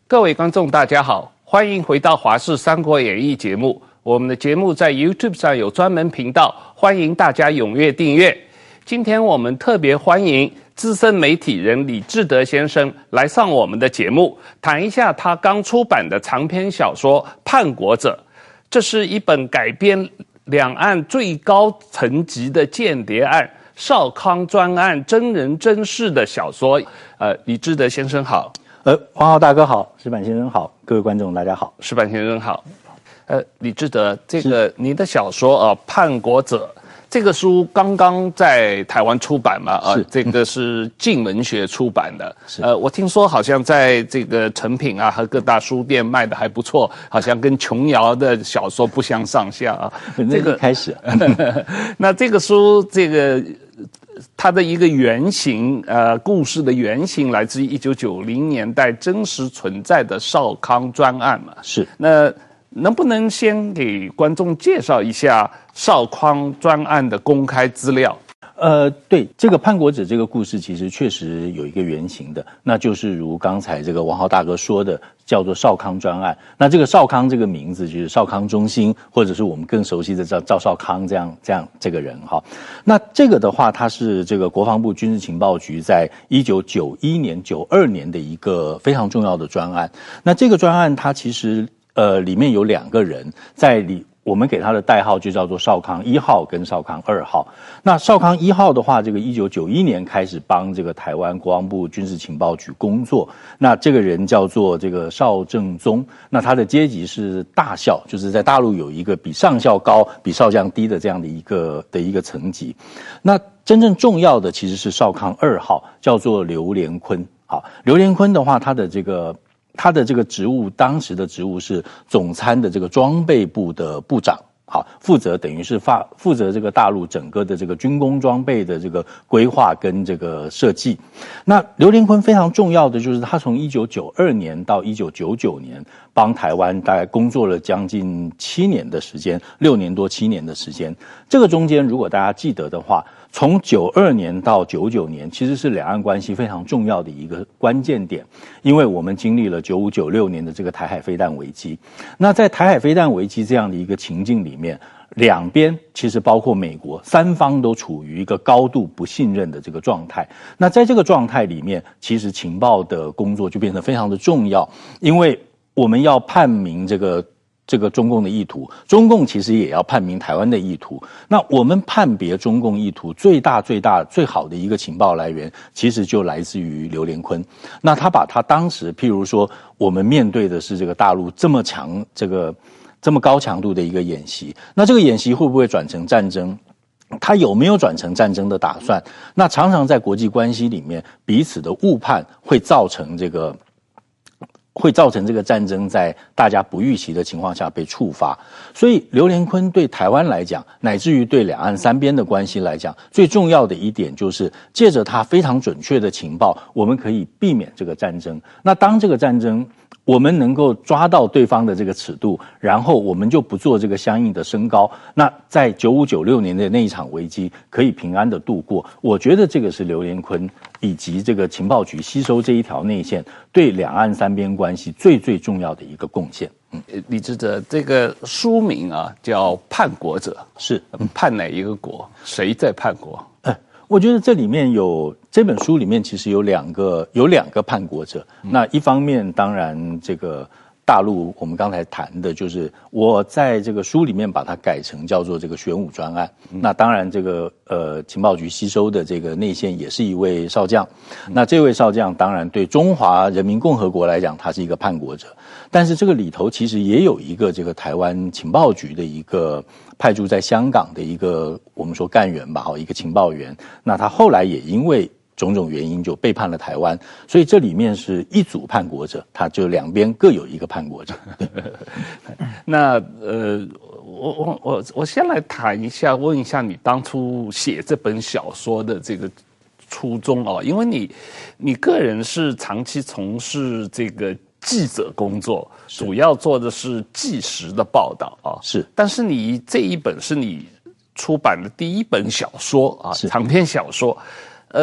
各位观众大家好，欢迎回到华视三国演义节目。我们的节目在 YouTube 上有专门频道，欢迎大家踊跃订阅。今天我们特别欢迎资深媒体人李志德先生来上我们的节目，谈一下他刚出版的长篇小说《叛国者》。这是一本改编两岸最高层级的间谍案少康专案真人真事的小说。李志德先生好。 黄浩大哥好，石板先生好，各位观众大家好。 石板先生好。李志德，这个你的小说《叛国者》这个书刚刚在台湾出版嘛？这个是静文学出版的。我听说好像在这个诚品啊和各大书店卖的还不错，好像跟琼瑶的小说不相上下啊。 这个开始， 那这个书它的一个原型，故事的原型来自于1990年代真实存在的少康专案嘛？ 是。 那能不能先给观众介绍一下少康专案的公开资料？ 对，这个叛国者这个故事其实确实有一个原型的，那就是如刚才这个王浩大哥说的，叫做少康专案。那这个少康这个名字就是少康中心，或者是我们更熟悉的叫赵少康这样这个人哈。那这个的话，他是这个国防部军事情报局在1991年、92年的一个非常重要的专案。那这个专案它其实里面有2个人在我们给他的代号就叫做少康1号跟少康2号。那少康1号的话，这个1991年开始帮这个台湾国防部军事情报局工作。那这个人叫做这个邵正宗，那他的阶级是大校，就是在大陆有一个比上校高、比少将低的这样的一个层级。那真正重要的其实是少康2号，叫做刘连坤。好，刘连坤的话，他的这个职务，当时的职务是总参的这个装备部的部长，好，负责等于是负责这个大陆整个的这个军工装备的这个规划跟这个设计。那刘连坤非常重要的就是他从1992年到1999年帮台湾大概工作了将近7年的时间，6年多7年的时间。这个中间如果大家记得的话，从92年到99年其实是两岸关系非常重要的一个关键点，因为我们经历了95、96年的这个台海飞弹危机。那在台海飞弹危机这样的一个情境里面，两边其实包括美国3方都处于一个高度不信任的这个状态。那在这个状态里面，其实情报的工作就变得非常的重要，因为我们要判明这个中共的意图，中共其实也要判明台湾的意图。那我们判别中共意图最好的一个情报来源，其实就来自于刘连坤。那他把他当时，譬如说我们面对的是这个大陆这么高强度的一个演习，那这个演习会不会转成战争？他有没有转成战争的打算？那常常在国际关系里面，彼此的误判会造成这个战争在大家不预期的情况下被触发。所以刘连坤对台湾来讲，乃至于对两岸3边的关系来讲，最重要的一点就是借着他非常准确的情报，我们可以避免这个战争。那当这个战争我们能够抓到对方的这个尺度，然后我们就不做这个相应的升高，那在95、96年的那一场危机可以平安的度过。我觉得这个是刘连坤以及这个情报局吸收这一条内线对两岸3边关系最重要的一个贡献。 李志哲，这个书名叫《叛国者》， 是叛哪一个国？谁在叛国？ 我觉得这本书里面其实有两个叛国者。那一方面当然这个大陆我们刚才谈的就是我在这个书里面把它改成叫做这个玄武专案。那当然这个情报局吸收的这个内线也是一位少将。那这位少将当然对中华人民共和国来讲他是一个叛国者，但是这个里头其实也有一个这个台湾情报局的一个派驻在香港的一个我们说干员吧，一个情报员。那他后来也因为种种原因就背叛了台湾，所以这里面是一组叛国者，他就两边各有一个叛国者。 那我先来谈一下，问一下你当初写这本小说的这个初衷因为你个人是长期从事这个记者工作，主要做的是纪实的报道是。 但是你这一本是你出版的第一本小说长篇小说，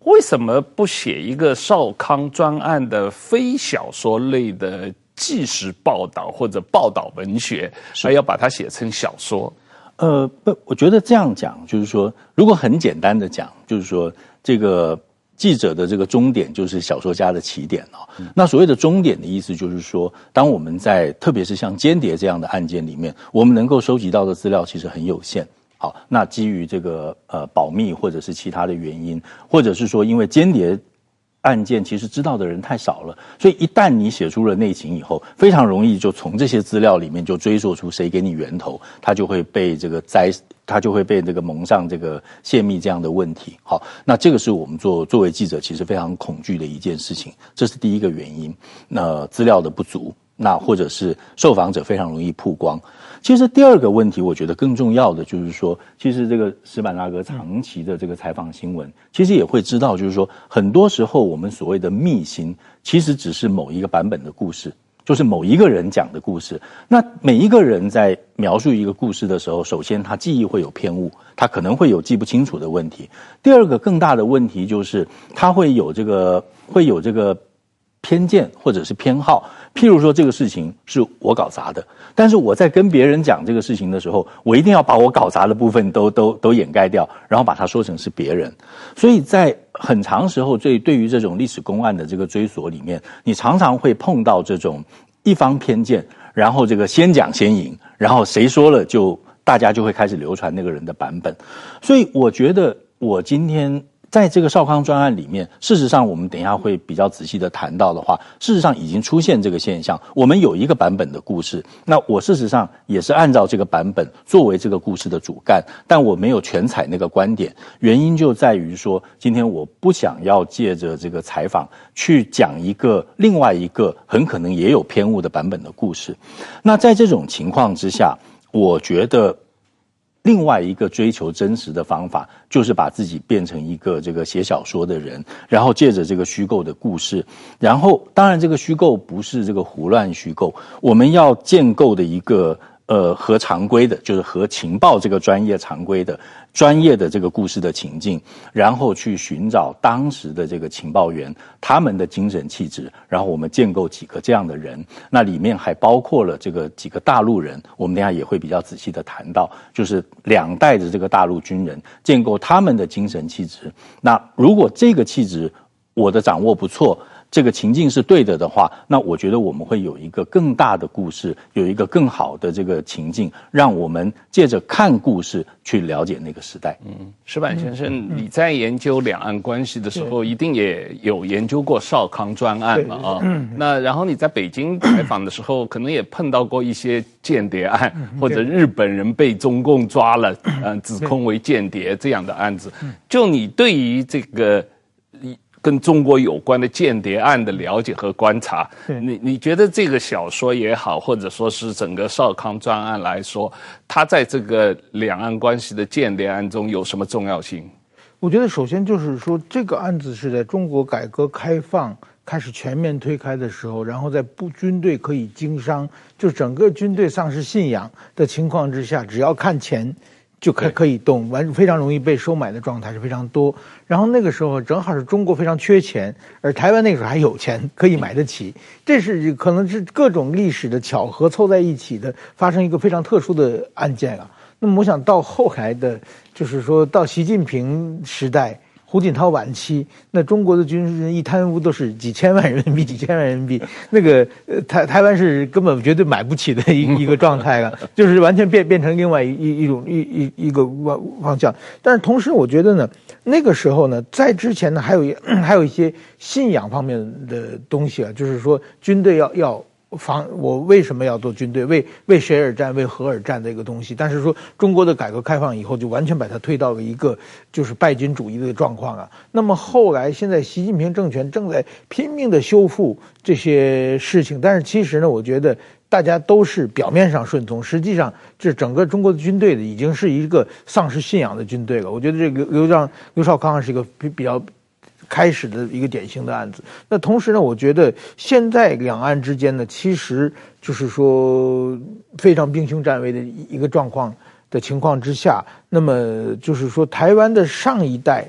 为什么不写一个少康专案的非小说类的纪实报道或者报道文学，而要把它写成小说？ 不，我觉得这样讲就是说，如果很简单的讲，就是说这个记者的这个终点就是小说家的起点哦。那所谓的终点的意思就是说，当我们在特别是像间谍这样的案件里面，我们能够收集到的资料其实很有限。好，那基于这个保密或者是其他的原因，或者是说因为间谍案件其实知道的人太少了，所以一旦你写出了内情以后，非常容易就从这些资料里面就追溯出谁给你源头，他就会被这个他就会被这个蒙上这个泄密这样的问题。好，那这个是我们作为记者其实非常恐惧的一件事情，这是第一个原因。那资料的不足，那或者是受访者非常容易曝光。其实第二个问题，我觉得更重要的就是说，其实这个石板大哥长期的这个采访新闻，其实也会知道，就是说，很多时候我们所谓的秘辛，其实只是某一个版本的故事，就是某一个人讲的故事。那每一个人在描述一个故事的时候，首先他记忆会有偏误，他可能会有记不清楚的问题。第二个更大的问题就是他会有这个偏见或者是偏好。譬如说这个事情是我搞砸的，但是我在跟别人讲这个事情的时候，我一定要把我搞砸的部分都掩盖掉，然后把它说成是别人。所以在很长时候对于这种历史公案的这个追索里面，你常常会碰到这种一方偏见，然后这个先讲先赢，然后谁说了大家就会开始流传那个人的版本。所以我觉得我今天在这个少康专案里面，事实上我们等一下会比较仔细的谈到的话，事实上已经出现这个现象。我们有一个版本的故事，那我事实上也是按照这个版本作为这个故事的主干，但我没有全采那个观点，原因就在于说，今天我不想要借着这个采访去讲另外一个很可能也有偏误的版本的故事。那在这种情况之下，我觉得另外一个追求真实的方法，就是把自己变成一个这个写小说的人，然后借着这个虚构的故事，然后当然这个虚构不是这个胡乱虚构，我们要建构的一个合常规的，就是合情报这个专业常规的专业的这个故事的情境，然后去寻找当时的这个情报员他们的精神气质，然后我们建构几个这样的人，那里面还包括了这个几个大陆人，我们等一下也会比较仔细的谈到，就是2代的这个大陆军人，建构他们的精神气质。那如果这个气质我的掌握不错，这个情境是对的话，那我觉得我们会有一个更大的故事，有一个更好的这个情境，让我们借着看故事去了解那个时代。 石板先生，你在研究两岸关系的时候，一定也有研究过少康专案嘛？啊，那然后你在北京采访的时候，可能也碰到过一些间谍案，或者日本人被中共抓了，指控为间谍这样的案子。就你对于这个跟中国有关的间谍案的了解和观察，你觉得这个小说也好，或者说是整个少康专案来说，它在这个两岸关系的间谍案中有什么重要性？ 我觉得首先就是说，这个案子是在中国改革开放开始全面推开的时候，然后在军队可以经商，就整个军队丧失信仰的情况之下，只要看钱就可以动，非常容易被收买的状态是非常多。然后那个时候正好是中国非常缺钱，而台湾那个时候还有钱可以买得起，这是可能是各种历史的巧合凑在一起的，发生一个非常特殊的案件啊。那么我想到后来的，就是说到习近平时代，胡锦涛晚期，那中国的军人一贪污都是几千万人民币，几千万人民币，那个台湾是根本绝对买不起的一个状态了，就是完全变成另外一个方向。但是同时，我觉得呢，那个时候呢，在之前呢，还有一些信仰方面的东西啊，就是说军队要我为什么要做军队？为谁而战？为何而战的一个东西。但是说中国的改革开放以后，就完全把它推到了一个就是拜金主义的状况啊。那么后来现在习近平政权正在拼命的修复这些事情，但是其实呢，我觉得大家都是表面上顺从，实际上这整个中国的军队已经是一个丧失信仰的军队了。我觉得这个刘少康是一个比较开始的一个典型的案子。那同时呢，我觉得现在两岸之间呢，其实就是说非常兵凶战危的一个状况的情况之下，那么就是说台湾的上一代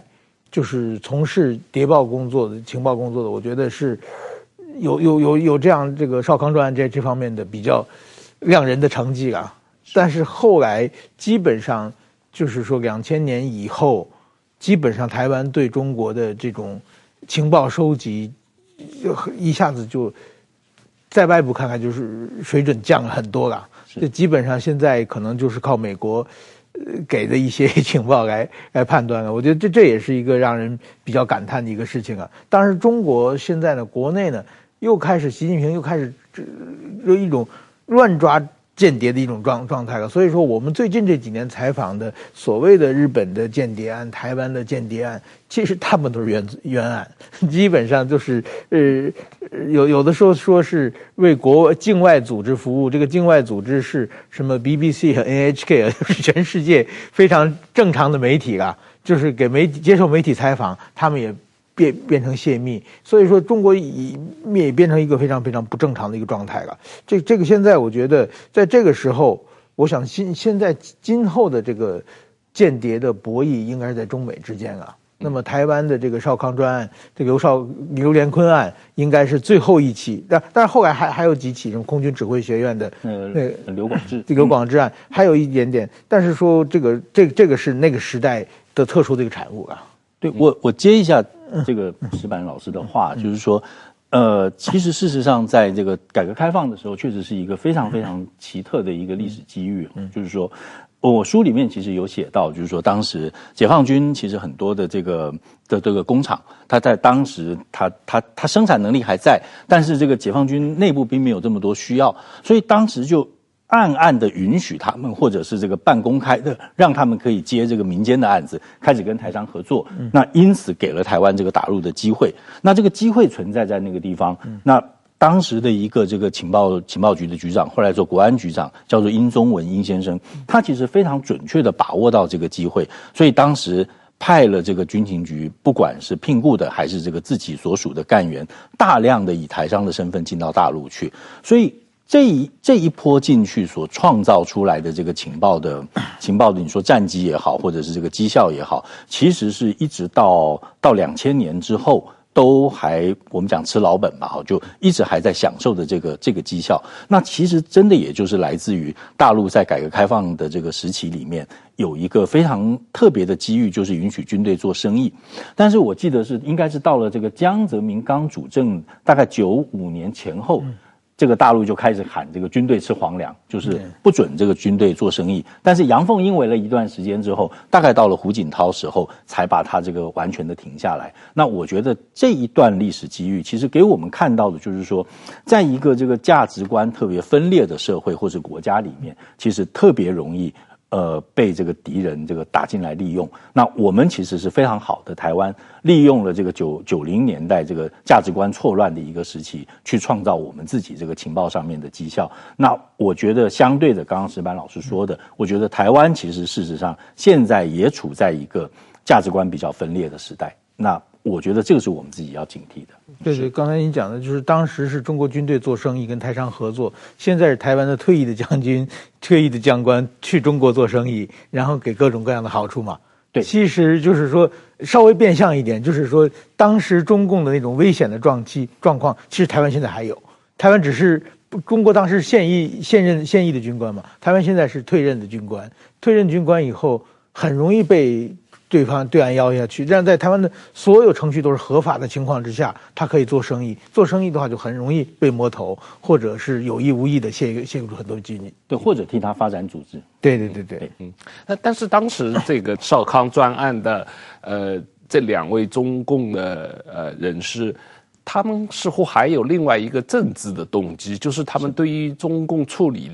就是从事谍报工作的、情报工作的，我觉得是有这样这个少康专案这方面的比较亮人的成绩啊。但是后来基本上就是说2000年以后，基本上台湾对中国的这种情报收集，一下子就在外部看看就是水准降了很多了。这基本上现在可能就是靠美国给的一些情报来判断了。我觉得这也是一个让人比较感叹的一个事情啊。当然中国现在呢，国内呢又开始习近平又开始有一种乱抓间谍的一种状态了。所以说我们最近这几年采访的所谓的日本的间谍案、台湾的间谍案，其实大部分都是冤案，基本上就是有的时候说是为境外组织服务，这个境外组织是什么 BBC 和 NHK， 就是全世界非常正常的媒体啦，就是给接受媒体采访，他们也变成泄密，所以说中国也变成一个非常非常不正常的一个状态了。这个现在我觉得在这个时候，我想现在今后的这个间谍的博弈应该是在中美之间啊。那么台湾的这个少康专案，这个刘连坤案应该是最后一起，但是后来还有几起，什么空军指挥学院的刘广志案，还有一点点，但是说这个是那个时代的特殊的一个产物啊。 对，我接一下这个石板老师的话，就是说，其实事实上，在这个改革开放的时候，确实是一个非常非常奇特的一个历史机遇。就是说，我书里面其实有写到，就是说，当时解放军其实很多的这个工厂，它在当时它生产能力还在，但是这个解放军内部并没有这么多需要，所以当时就暗暗的允许他们，或者是这个半公开的，让他们可以接这个民间的案子，开始跟台商合作。那因此给了台湾这个打入的机会。那这个机会存在在那个地方。那当时的一个这个情报局的局长，后来做国安局长，叫做殷宗文殷先生，他其实非常准确的把握到这个机会，所以当时派了这个军情局，不管是聘雇的还是这个自己所属的干员，大量的以台商的身份进到大陆去，所以这一波进去所创造出来的这个情报的，你说战绩也好，或者是这个绩效也好，其实是一直到2000年之后，都还我们讲吃老本吧，就一直还在享受的这个绩效。那其实真的也就是来自于大陆在改革开放的这个时期里面，有一个非常特别的机遇，就是允许军队做生意。但是我记得应该是到了这个江泽民刚主政大概95年前后。这个大陆就开始喊这个军队吃皇粮，就是不准这个军队做生意。但是杨凤英为了一段时间之后，大概到了胡锦涛时候，才把他这个完全的停下来。那我觉得这一段历史机遇，其实给我们看到的就是说，在一个这个价值观特别分裂的社会或是国家里面，其实特别容易被这个敌人这个打进来利用。那我们其实是非常好的，台湾利用了这个90年代这个价值观错乱的一个时期，去创造我们自己这个情报上面的绩效。那我觉得相对的，刚刚石板老师说的，我觉得台湾其实事实上现在也处在一个价值观比较分裂的时代。那我觉得这个是我们自己要警惕的。 对，刚才您讲的就是当时是中国军队做生意跟台商合作，现在是台湾的退役的将军、退役的将官去中国做生意，然后给各种各样的好处嘛。 对， 其实就是说稍微变相一点，就是说当时中共的那种危险的状况，其实台湾现在还有，台湾只是中国当时现役的军官嘛，台湾现在是退任的军官，退任军官以后很容易被对岸邀下去，这样在台湾的所有程序都是合法的情况之下，他可以做生意。做生意的话，就很容易被摸头，或者是有意无意的泄露出很多机密。 对，或者替他发展组织。 对。 那但是当时这个少康专案的这2位中共的人士，他们似乎还有另外一个政治的动机，就是他们对于中共处理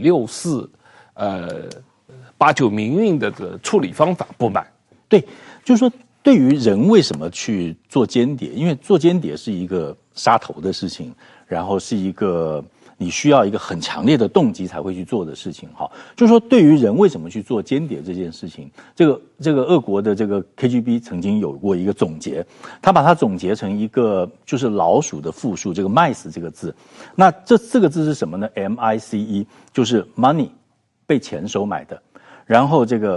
6·489民运的处理方法不满。 对，就是说，对于人为什么去做间谍，因为做间谍是一个杀头的事情，然后是一个你需要一个很强烈的动机才会去做的事情。哈，就是说，对于人为什么去做间谍这件事情，这个俄国的这个 KGB 曾经有过一个总结，他把它总结成一个就是老鼠的复数，这个 mice 这个字。那这4个字是什么呢？ MICE 就是 money， 被钱收买的，然后这个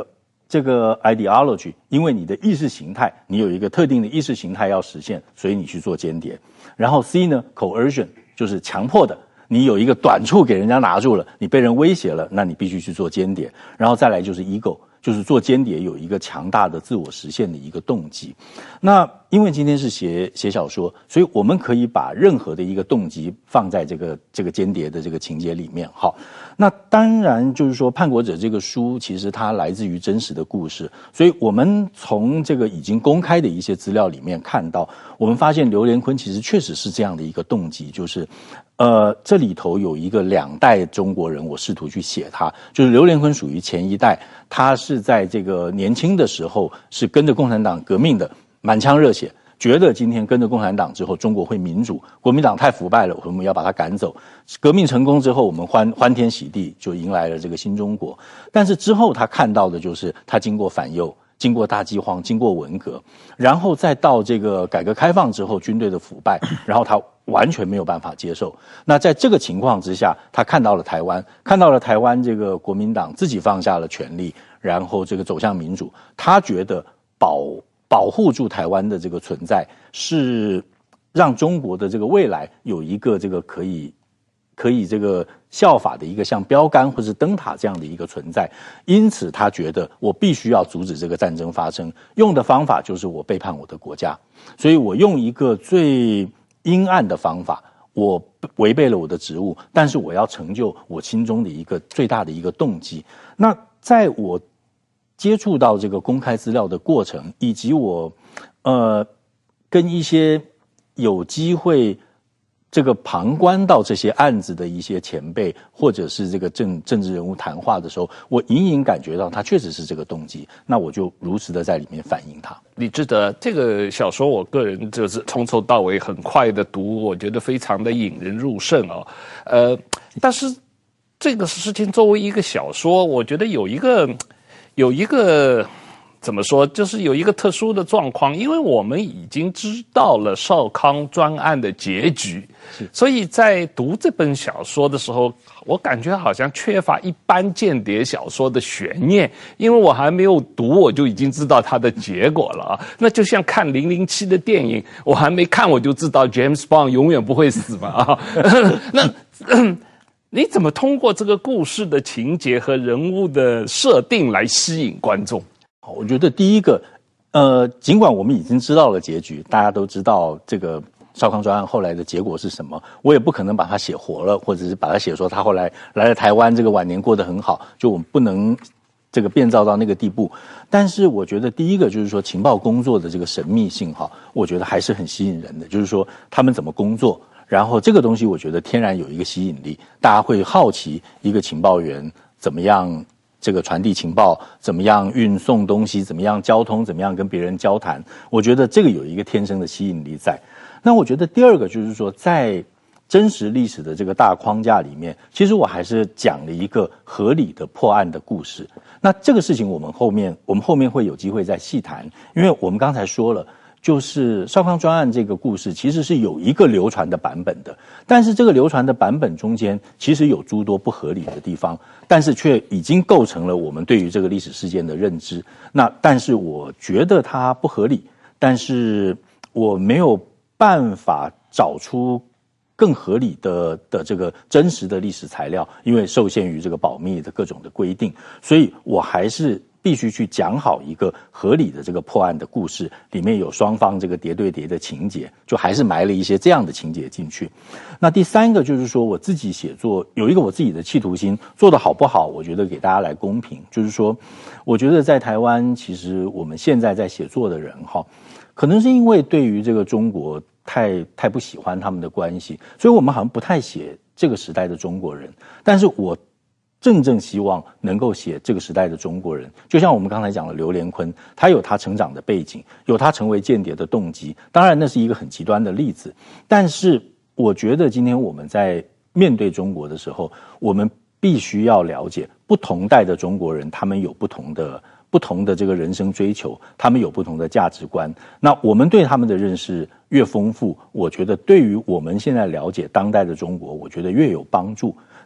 这个 ideology， 因为你的意识形态，你有一个特定的意识形态要实现，所以你去做间谍。然后 C 呢 coercion， 就是强迫的，你有一个短处给人家拿住了，你被人威胁了，那你必须去做间谍。然后再来就是 ego， 就是做间谍有一个强大的自我实现的一个动机。那因为今天是写小说，所以我们可以把任何的一个动机放在这个间谍的这个情节里面。好，那当然就是说《叛国者》这个书其实它来自于真实的故事，所以我们从这个已经公开的一些资料里面看到，我们发现刘连坤其实确实是这样的一个动机，就是这里头有一个2代中国人，我试图去写他，就是刘连坤属于前一代，他是在这个年轻的时候是跟着共产党革命的，满腔热血，觉得今天跟着共产党之后中国会民主，国民党太腐败了，我们要把它赶走。革命成功之后，我们欢天喜地就迎来了这个新中国。但是之后他看到的就是他经过反右，经过大饥荒，经过文革，然后再到这个改革开放之后军队的腐败，然后他完全没有办法接受。那在这个情况之下，他看到了台湾这个国民党自己放下了权力，然后这个走向民主，他觉得保护住台湾的这个存在，是让中国的这个未来有一个这个可以这个效法的一个像标杆或是灯塔这样的一个存在。因此他觉得我必须要阻止这个战争发生，用的方法就是我背叛我的国家，所以我用一个最阴暗的方法，我违背了我的职务，但是我要成就我心中的一个最大的一个动机。那在我接触到这个公开资料的过程，以及我跟一些有机会这个旁观到这些案子的一些前辈或者是这个政治人物谈话的时候，我隐隐感觉到他确实是这个动机，那我就如实的在里面反映他。 李志德这个小说，我个人就是从头到尾很快的读，我觉得非常的引人入胜哦。但是这个事情作为一个小说，我觉得有一个怎么说，就是有一个特殊的状况，因为我们已经知道了少康专案的结局，所以在读这本小说的时候，我感觉好像缺乏一般间谍小说的悬念，因为我还没有读，我就已经知道它的结果了啊。那就像看007的电影，我还没看我就知道 James Bond 永远不会死嘛啊。那你怎么通过这个故事的情节和人物的设定来吸引观众？ 我觉得第一个，尽管我们已经知道了结局，大家都知道这个少康专案后来的结果是什么，我也不可能把它写活了，或者是把它写说他后来来了台湾，这个晚年过得很好，就我们不能这个变造到那个地步。但是我觉得第一个就是说情报工作的这个神秘性哈，我觉得还是很吸引人的，就是说他们怎么工作。然后这个东西我觉得天然有一个吸引力，大家会好奇一个情报员怎么样这个传递情报，怎么样运送东西，怎么样交通，怎么样跟别人交谈，我觉得这个有一个天生的吸引力在。那我觉得第二个就是说在真实历史的这个大框架里面，其实我还是讲了一个合理的破案的故事。那这个事情我们后面会有机会再细谈，因为我们刚才说了，就是少康专案这个故事其实是有一个流传的版本的，但是这个流传的版本中间其实有诸多不合理的地方，但是却已经构成了我们对于这个历史事件的认知。那但是我觉得它不合理，但是我没有办法找出更合理的这个真实的历史材料，因为受限于这个保密的各种的规定，所以我还是必须去讲好一个合理的这个破案的故事，里面有双方这个叠对叠的情节，就还是埋了一些这样的情节进去。那第三个就是说我自己写作有一个我自己的企图心，做得好不好我觉得给大家来公平，就是说我觉得在台湾其实我们现在在写作的人可能是因为对于这个中国太不喜欢他们的关系，所以我们好像不太写这个时代的中国人，但是我正希望能够写这个时代的中国人，就像我们刚才讲的刘连坤，他有他成长的背景，有他成为间谍的动机，当然那是一个很极端的例子，但是我觉得今天我们在面对中国的时候，我们必须要了解不同代的中国人，他们有不同的这个人生追求，他们有不同的价值观，那我们对他们的认识越丰富，我觉得对于我们现在了解当代的中国，我觉得越有帮助。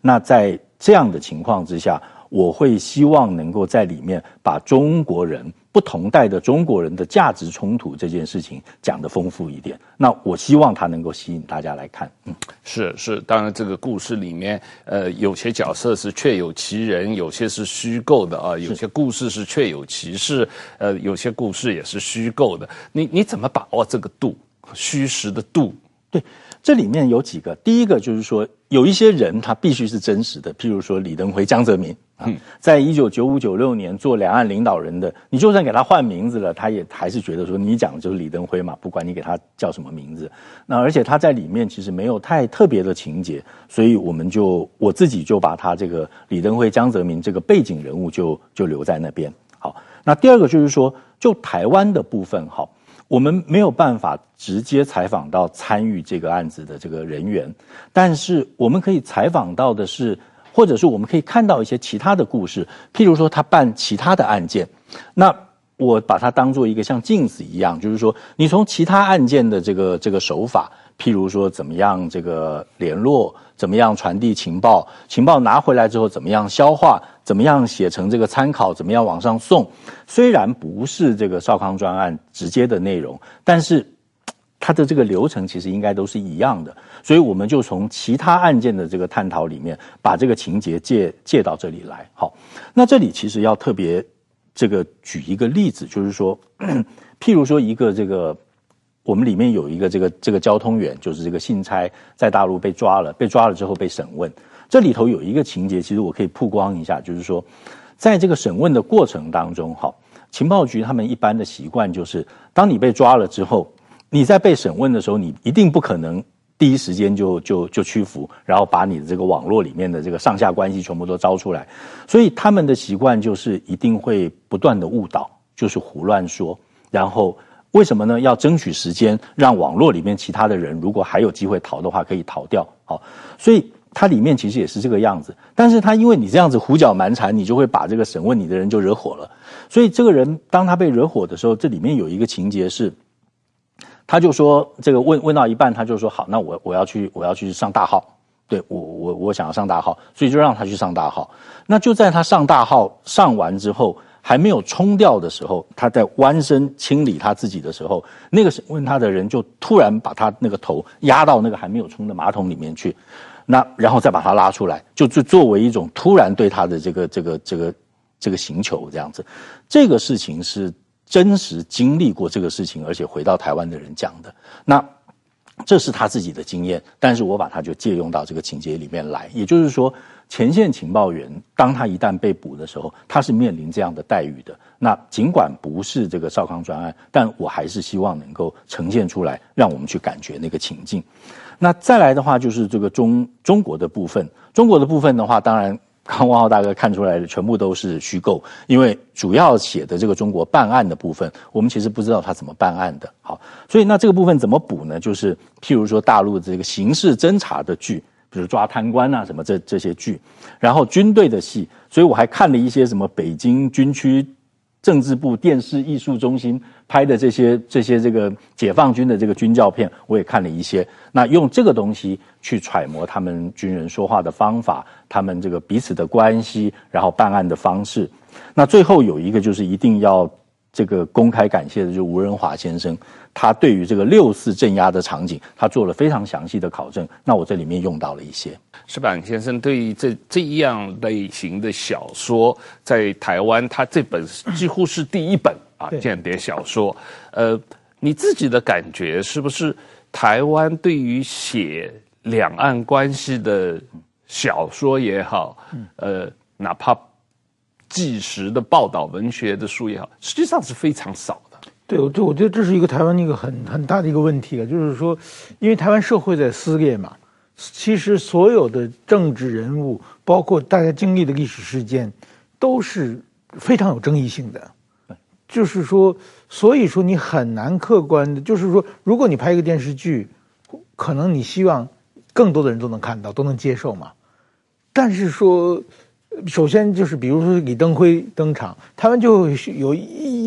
那在这样的情况之下，我会希望能够在里面把中国人不同代的中国人的价值冲突这件事情讲得丰富一点。那我希望它能够吸引大家来看。 是，当然这个故事里面，有些角色是确有其人，有些是虚构的啊，有些故事是确有其事，有些故事也是虚构的。你怎么把握这个度，虚实的度？ 对。这里面有几个，第一个就是说，有一些人他必须是真实的，譬如说李登辉、江泽民在1995、96年做两岸领导人的，你就算给他换名字了，他也还是觉得说你讲的就是李登辉嘛，不管你给他叫什么名字。那而且他在里面其实没有太特别的情节，所以我自己就把他这个李登辉、江泽民这个背景人物就留在那边。好，那第二个就是说，就台湾的部分，好。我们没有办法直接采访到参与这个案子的这个人员，但是我们可以采访到的是，或者是我们可以看到一些其他的故事，譬如说他办其他的案件，那我把它当做一个像镜子一样，就是说你从其他案件的这个手法，譬如说怎么样这个联络，怎么样传递情报，情报拿回来之后怎么样消化，怎么样写成这个参考，怎么样往上送。虽然不是这个少康专案直接的内容，但是它的这个流程其实应该都是一样的，所以我们就从其他案件的这个探讨里面，把这个情节借到这里来。好，那这里其实要特别这个举一个例子，就是说，譬如说一个这个。我们里面有一个这个交通员，就是这个信差在大陆被抓了之后被审问。这里头有一个情节，其实我可以曝光一下，就是说，在这个审问的过程当中，情报局他们一般的习惯就是，当你被抓了之后，你在被审问的时候，你一定不可能第一时间就屈服，然后把你的这个网络里面的这个上下关系全部都招出来。所以他们的习惯就是一定会不断的误导，就是胡乱说，然后。为什么呢？要争取时间，让网络里面其他的人如果还有机会逃的话，可以逃掉。好，所以它里面其实也是这个样子。但是他因为你这样子胡搅蛮缠，你就会把这个审问你的人就惹火了。所以这个人当他被惹火的时候，这里面有一个情节是，他就说这个问到一半，他就说好，那我要去上大号。对，我想要上大号，所以就让他去上大号。那就在他上大号上完之后。还没有冲掉的时候，他在弯身清理他自己的时候，那个审问他的人就突然把他那个头压到那个还没有冲的马桶里面去，那然后再把他拉出来，就作为一种突然对他的这个刑求这样子。这个事情是真实经历过这个事情，而且回到台湾的人讲的。那这是他自己的经验，但是我把它就借用到这个情节里面来，也就是说。前线情报员，当他一旦被捕的时候，他是面临这样的待遇的。那尽管不是这个少康专案，但我还是希望能够呈现出来，让我们去感觉那个情境。那再来的话，就是这个中国的部分。中国的部分的话，当然，刚汪浩大哥看出来的全部都是虚构，因为主要写的这个中国办案的部分，我们其实不知道他怎么办案的。好，所以那这个部分怎么补呢？就是譬如说大陆这个刑事侦查的剧。比如抓贪官啊什么这些剧，然后军队的戏，所以我还看了一些什么北京军区政治部电视艺术中心拍的这些这个解放军的这个军教片，我也看了一些。那用这个东西去揣摩他们军人说话的方法，他们这个彼此的关系，然后办案的方式。那最后有一个就是一定要这个公开感谢的，就是吴仁华先生。他对于这个6·4镇压的场景，他做了非常详细的考证。那我这里面用到了一些。 石板先生对于这样类型的小说，在台湾，他这本几乎是第一本啊间谍小说。你自己的感觉是不是台湾对于写两岸关系的小说也好，哪怕纪实的报道文学的书也好，实际上是非常少的。 对，我觉得这是一个台湾的一个很大的一个问题啊，就是说，因为台湾社会在撕裂嘛，其实所有的政治人物，包括大家经历的历史事件，都是非常有争议性的。就是说，所以说你很难客观的，就是说，如果你拍一个电视剧，可能你希望更多的人都能看到，都能接受嘛。但是说，首先就是比如说李登辉登场，台湾就有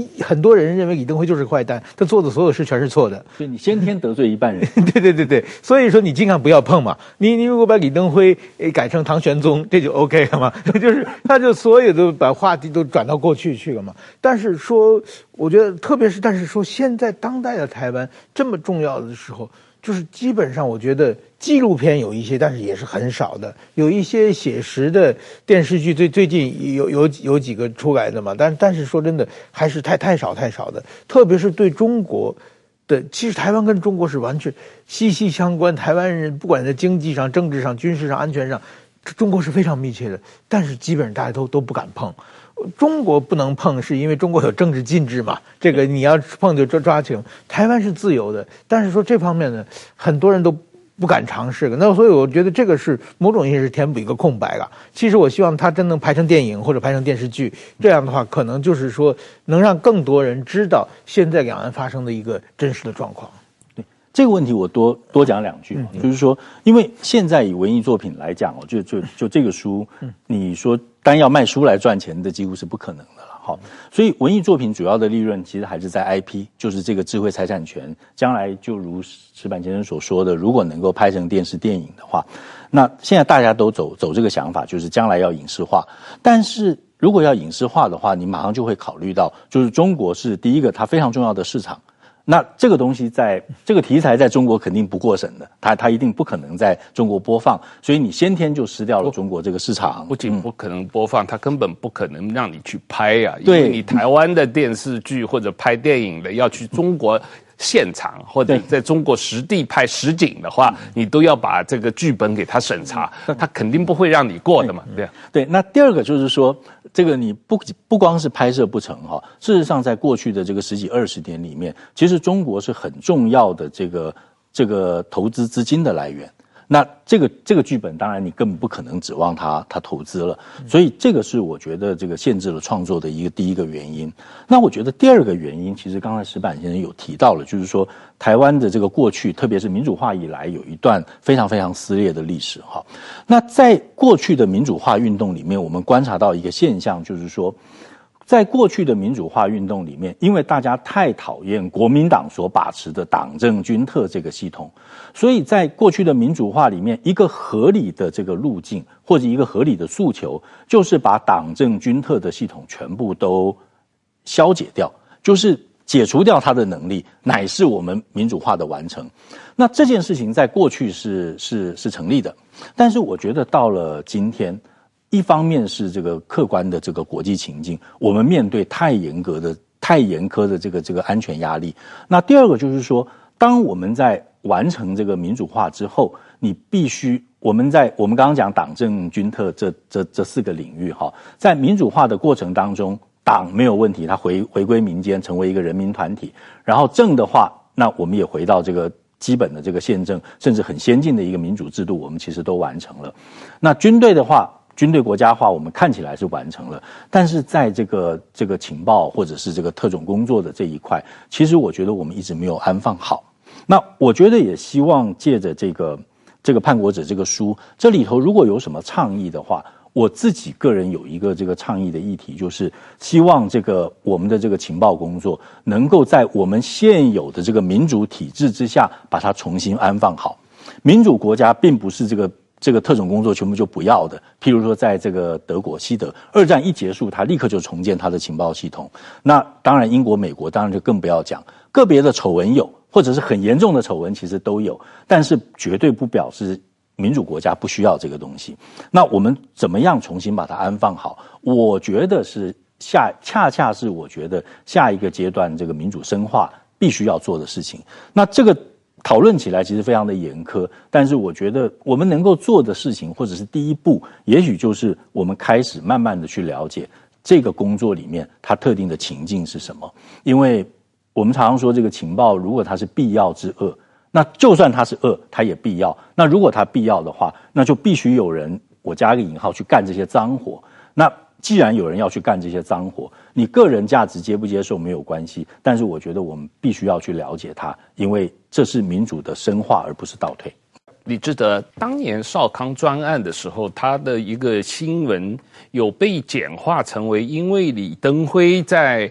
很多人认为李登辉就是坏蛋，他做的所有事全是错的。 所以你先天得罪一半人。 对，所以说你尽量不要碰嘛。你如果把李登辉改成唐玄宗，这就 OK 了嘛。就是他就所有的把话题都转到过去去了嘛。但是说，我觉得特别是但是说现在当代的台湾这么重要的时候。就是基本上，我觉得纪录片有一些，但是也是很少的。有一些写实的电视剧，最近有几个出来的嘛，但是说真的，还是太少的。特别是对中国的，其实台湾跟中国是完全息息相关。台湾人不管在经济上、政治上、军事上、安全上，中国是非常密切的，但是基本上大家都不敢碰。中国不能碰，是因为中国有政治禁制嘛？这个你要碰就抓起来。台湾是自由的，但是说这方面呢，很多人都不敢尝试了。那所以我觉得这个是某种意义是填补一个空白了。其实我希望它真能拍成电影或者拍成电视剧，这样的话可能就是说能让更多人知道现在两岸发生的一个真实的状况。 这个问题我多讲两句，就是说，因为现在以文艺作品来讲哦，就这个书，你说单要卖书来赚钱的几乎是不可能的了，好，所以文艺作品主要的利润其实还是在 IP， 就是这个智慧财产权，将来就如石板先生所说的，如果能够拍成电视电影的话，那现在大家都走这个想法，就是将来要影视化，但是如果要影视化的话，你马上就会考虑到，就是中国是第一个它非常重要的市场。那这个东西这个题材在中国肯定不过审的，它一定不可能在中国播放，所以你先天就失掉了中国这个市场。 不仅不可能播放，它根本不可能让你去拍呀，因为你台湾的电视剧或者拍电影的要去中国现场或者在中国实地拍实景的话，你都要把这个剧本给他审查，他肯定不会让你过的嘛。 对。那第二个就是说，这个你不光是拍摄不成哈，事实上在过去的这个10几20年里面，其实中国是很重要的这个投资资金的来源。那这个剧本当然你根本不可能指望他投资了，所以这个是我觉得这个限制了创作的第一个原因。那我觉得第二个原因，其实刚才石板先生有提到了，就是说台湾的这个过去，特别是民主化以来，有一段非常非常撕裂的历史哈。那在过去的民主化运动里面，我们观察到一个现象，就是说，在过去的民主化运动里面，因为大家太讨厌国民党所把持的党政军特这个系统，所以在过去的民主化里面，一个合理的这个路径或者一个合理的诉求，就是把党政军特的系统全部都消解掉，就是解除掉它的能力，乃是我们民主化的完成。那这件事情在过去是成立的，但是我觉得到了今天，一方面是这个客观的这个国际情境，我们面对太严苛的这个安全压力。那第二个就是说，当我们在完成这个民主化之后，你必须我们刚刚讲党政军特这四个领域哈，在民主化的过程当中，党没有问题，它回归民间，成为一个人民团体。然后政的话，那我们也回到这个基本的这个宪政，甚至很先进的一个民主制度，我们其实都完成了。那军队的话，军队国家化我们看起来是完成了，但是在这个情报或者是这个特种工作的这一块，其实我觉得我们一直没有安放好。那我觉得也希望借着这个叛国者这个书，这里头如果有什么倡议的话，我自己个人有一个这个倡议的议题，就是希望我们的这个情报工作能够在我们现有的这个民主体制之下把它重新安放好。民主国家并不是这个特种工作全部就不要的，譬如说在这个德国西德，二战一结束，他立刻就重建他的情报系统。那当然英国美国当然就更不要讲，个别的丑闻有，或者是很严重的丑闻其实都有，但是绝对不表示民主国家不需要这个东西。那我们怎么样重新把它安放好，我觉得是恰恰是我觉得下一个阶段这个民主深化必须要做的事情。那这个讨论起来其实非常的严苛，但是我觉得我们能够做的事情，或者是第一步，也许就是我们开始慢慢的去了解这个工作里面它特定的情境是什么。因为我们常常说这个情报如果它是必要之恶，那就算它是恶，它也必要。那如果它必要的话，那就必须有人，我加一个引号，去干这些脏活。那既然有人要去干这些脏活，你个人价值接不接受没有关系，但是我觉得我们必须要去了解它，因为这是民主的深化，而不是倒退。 李志德当年少康专案的时候，他的一个新闻有被简化成为因为李登辉在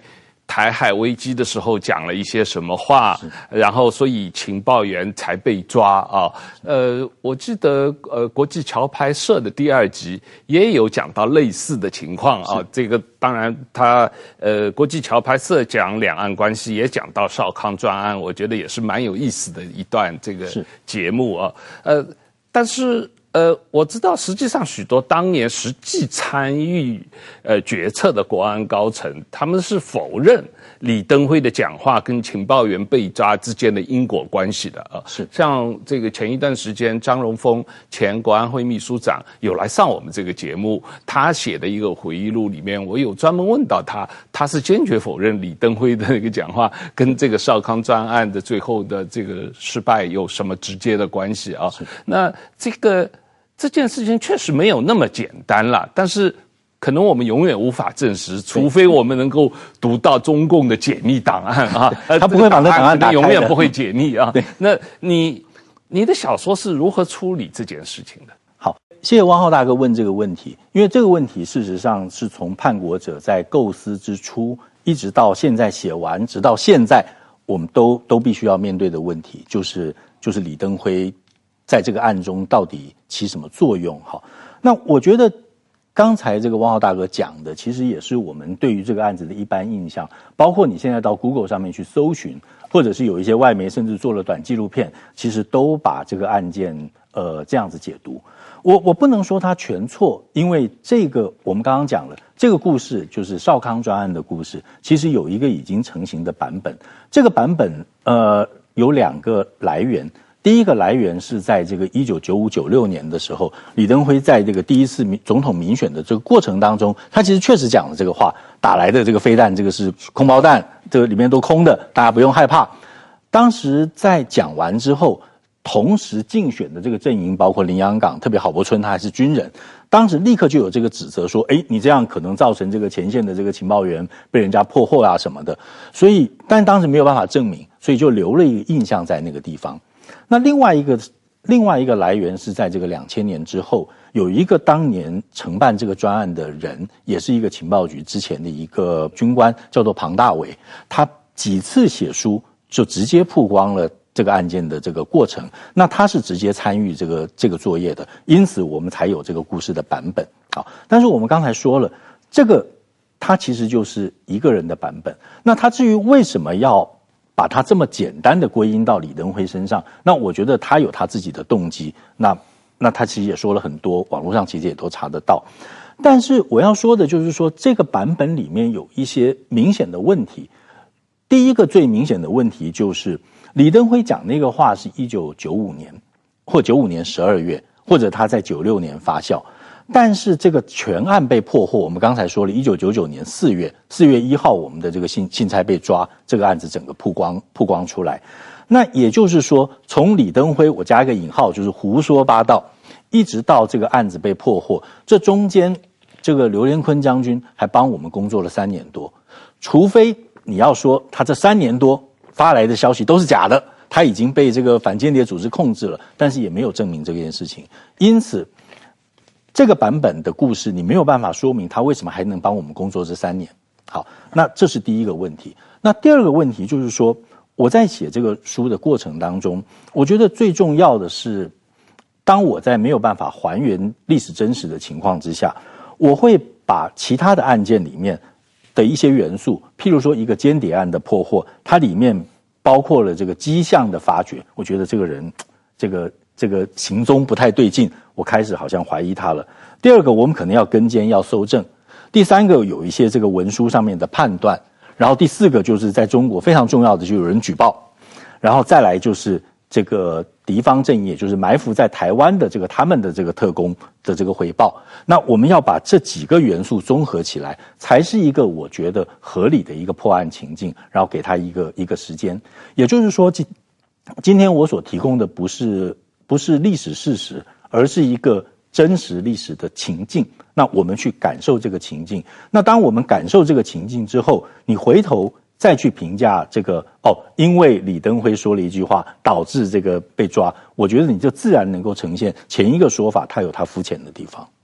台海危机的时候讲了一些什么话，然后所以情报员才被抓啊。我记得国际桥牌社的第2集也有讲到类似的情况啊。这个当然他国际桥牌社讲两岸关系，也讲到少康专案，我觉得也是蛮有意思的一段这个节目啊。但是我知道实际上许多当年实际参与决策的国安高层，他们是否认李登辉的讲话跟情报员被抓之间的因果关系的啊。 是像这个前一段时间张荣丰前国安会秘书长有来上我们这个节目，他写的一个回忆录里面，我有专门问到他是坚决否认李登辉的那个讲话跟这个少康专案的最后的这个失败有什么直接的关系啊。那这件事情确实没有那么简单啦，但是可能我们永远无法证实，除非我们能够读到中共的解密档案啊， 他不会把那档案打开的， 永远不会解密啊。那你的小说是如何处理这件事情的？ 好，谢谢汪浩大哥问这个问题，因为这个问题事实上是从叛国者在构思之初一直到现在写完，直到现在，我们都必须要面对的问题，就是李登辉在这个案中到底起什么作用？好，那我觉得刚才这个汪浩大哥讲的，其实也是我们对于这个案子的一般印象，包括你现在到 Google 上面去搜寻，或者是有一些外媒甚至做了短纪录片，其实都把这个案件这样子解读。我不能说它全错，因为这个我们刚刚讲了，这个故事就是少康专案的故事，其实有一个已经成型的版本。这个版本有2个来源。第一个来源是在这个1995、96年的时候，李登辉在这个第一次总统民选的这个过程当中，他其实确实讲了这个话，打来的这个飞弹，这个是空包弹，这个里面都空的，大家不用害怕。当时在讲完之后，同时竞选的这个阵营，包括林洋港，特别郝柏村他还是军人，当时立刻就有这个指责说，你这样可能造成这个前线的这个情报员被人家破获啊什么的。所以，但当时没有办法证明，所以就留了一个印象在那个地方。那另外一个来源是在这个2000年之后，有一个当年承办这个专案的人，也是一个情报局之前的一个军官，叫做庞大伟，他几次写书就直接曝光了这个案件的这个过程，那他是直接参与这个作业的，因此我们才有这个故事的版本。好，但是我们刚才说了，这个他其实就是一个人的版本，那他至于为什么要把它这么简单的归因到李登辉身上，那我觉得他有他自己的动机，那他其实也说了很多，网络上其实也都查得到。但是我要说的就是说，这个版本里面有一些明显的问题。第一个最明显的问题就是李登辉讲那个话是1995年或95年12月，或者他在96年发酵，但是这个全案被破获，我们刚才说了1999年4月1号我们的这个信差被抓，这个案子整个曝光出来。那也就是说，从李登辉我加一个引号，就是胡说八道，一直到这个案子被破获，这中间这个刘连坤将军还帮我们工作了3年多，除非你要说他这3年多发来的消息都是假的，他已经被这个反间谍组织控制了，但是也没有证明这件事情。因此这个版本的故事你没有办法说明他为什么还能帮我们工作这3年。好，那这是第一个问题。那第二个问题就是说，我在写这个书的过程当中，我觉得最重要的是，当我在没有办法还原历史真实的情况之下，我会把其他的案件里面的一些元素，譬如说一个间谍案的破获，它里面包括了这个迹象的发掘，我觉得这个人这个行踪不太对劲，我开始好像怀疑他了。第二个，我们可能要跟监要搜证。第三个，有一些这个文书上面的判断。然后第四个就是在中国非常重要的，就有人举报。然后再来就是这个敌方阵营，就是埋伏在台湾的这个他们的这个特工的这个回报。那我们要把这几个元素综合起来，才是一个我觉得合理的一个破案情境，然后给他一个时间。也就是说，今天我所提供的不是历史事实，而是一个真实历史的情境。那我们去感受这个情境。那当我们感受这个情境之后，你回头再去评价这个因为李登辉说了一句话导致这个被抓，我觉得你就自然能够呈现前一个说法它有它肤浅的地方。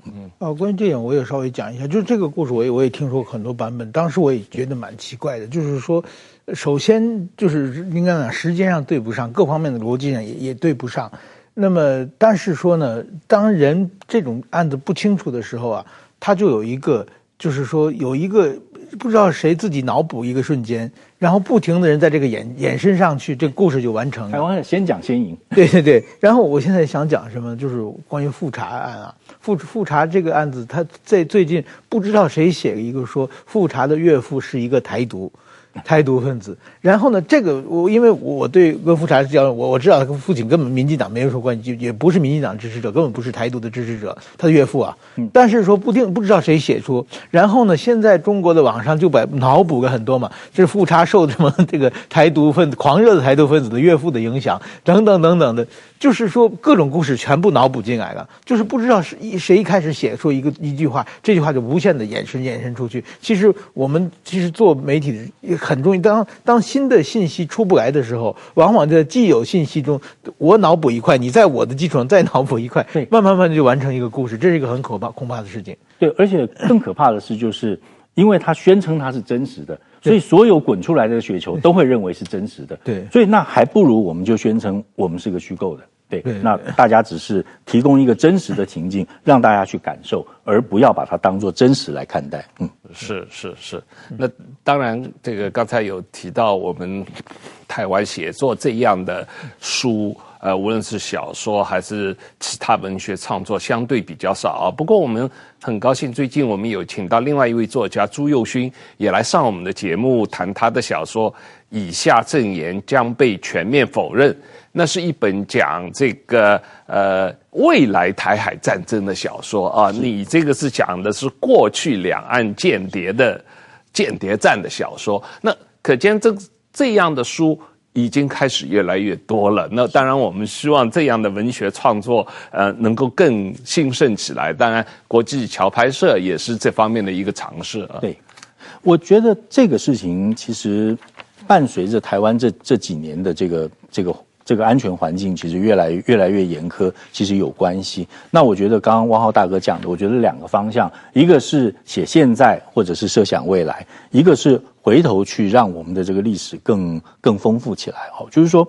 关于这点我也稍微讲一下，就是这个故事我也听说很多版本，当时我也觉得蛮奇怪的，就是说，首先就是应该讲时间上对不上，各方面的逻辑上也对不上。那么，但是说呢，当人这种案子不清楚的时候啊，他就有一个，就是说有一个不知道谁自己脑补一个瞬间，然后不停的人在这个衍生上去，这个故事就完成了。 台湾先讲先赢。 对对对。然后我现在想讲什么，就是关于复查案啊，复查这个案子，他在最近不知道谁写了一个说复查的岳父是一个台独分子，然后呢，这个因为我对跟复查交流，我知道他跟父亲根本民进党没有什么关系，也不是民进党支持者，根本不是台独的支持者，他的岳父啊，但是说不知道谁写出，然后呢，现在中国的网上就把脑补了很多嘛，这是复查受什么这个台独分子狂热的台独分子的岳父的影响，等等等等的，就是说各种故事全部脑补进来了，就是不知道谁一开始写出一句话，这句话就无限的延伸出去。其实我们做媒体的很重要，当新的信息出不来的时候，往往在既有信息中，我脑补一块，你在我的基础上再脑补一块，慢慢就完成一个故事，这是一个很恐怕的事情。 对，而且更可怕的是，就是因为他宣称他是真实的，所以所有滚出来的雪球都会认为是真实的。 对， 所以那还不如我们就宣称我们是个虚构的。对，那大家只是提供一个真实的情境，让大家去感受，而不要把它当作真实来看待。 是。那当然，这个刚才有提到我们台湾写作这样的书，无论是小说还是其他文学创作，相对比较少啊。不过我们很高兴，最近我们有请到另外一位作家朱宥勋也来上我们的节目，谈他的小说《以下证言将被全面否认》。那是一本讲这个未来台海战争的小说啊，你这个是讲的是过去两岸间谍战的小说。那可见这样的书已经开始越来越多了。那当然，我们希望这样的文学创作能够更兴盛起来。当然，国际桥拍摄也是这方面的一个尝试啊。 对，我觉得这个事情其实伴随着台湾这几年的这个安全环境其实越来越严苛，其实有关系。那我觉得刚刚汪浩大哥讲的，我觉得两个方向，一个是写现在或者是设想未来，一个是回头去让我们的这个历史更丰富起来。就是说，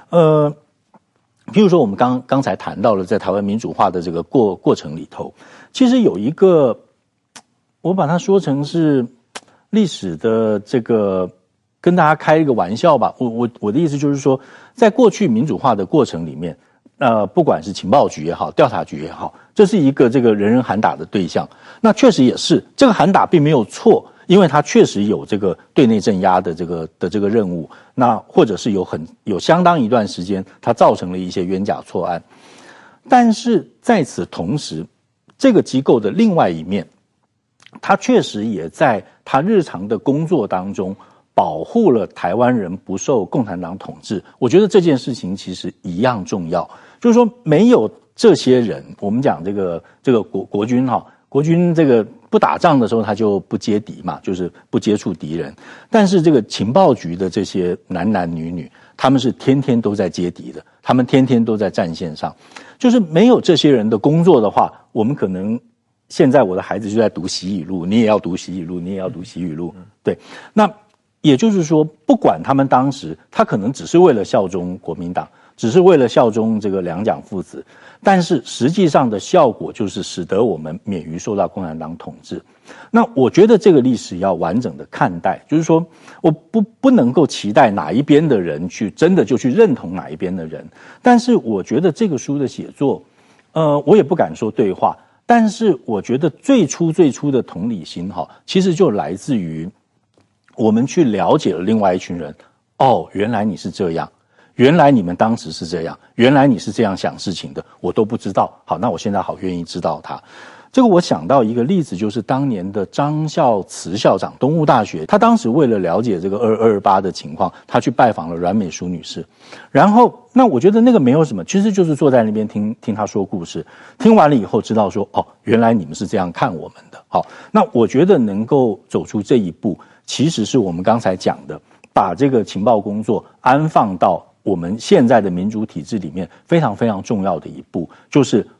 譬如说我们刚才谈到了在台湾民主化的这个过程里头，其实有一个，我把它说成是历史的这个。跟大家开一个玩笑吧，我的意思就是说，在过去民主化的过程里面，不管是情报局也好，调查局也好，这是一个这个人人喊打的对象。那确实也是，这个喊打并没有错，因为它确实有这个对内镇压的这个任务。那或者是有相当一段时间，它造成了一些冤假错案。但是在此同时，这个机构的另外一面，它确实也在它日常的工作当中。保护了台湾人不受共产党统治，我觉得这件事情其实一样重要。就是说，没有这些人，我们讲这个国军国军这个不打仗的时候他就不接敌嘛，就是不接触敌人。但是这个情报局的这些男女，他们是天天都在接敌的，他们天天都在战线上。就是没有这些人的工作的话，我们可能现在我的孩子就在读习语录，你也要读习语录，你也要读习语录，对，那。也就是说，不管他们当时，他可能只是为了效忠国民党，只是为了效忠这个两蒋父子，但是实际上的效果就是使得我们免于受到共产党统治。那我觉得这个历史要完整的看待，就是说，我不能够期待哪一边的人真的就去认同哪一边的人，但是我觉得这个书的写作，我也不敢说对话，但是我觉得最初的同理心其实就来自于。我们去了解了另外一群人，原来你是这样，原来你们当时是这样，原来你是这样想事情的，我都不知道。好，那我现在好愿意知道他。这个我想到一个例子，就是当年的张孝慈校长，东吴大学，他当时为了了解这个228的情况，他去拜访了阮美淑女士。然后，那我觉得那个没有什么，其实就是坐在那边听他说故事，听完了以后知道说，原来你们是这样看我们的。好，那我觉得能够走出这一步。其实是我们刚才讲的，把这个情报工作安放到我们现在的民主体制里面非常非常重要的一步，就是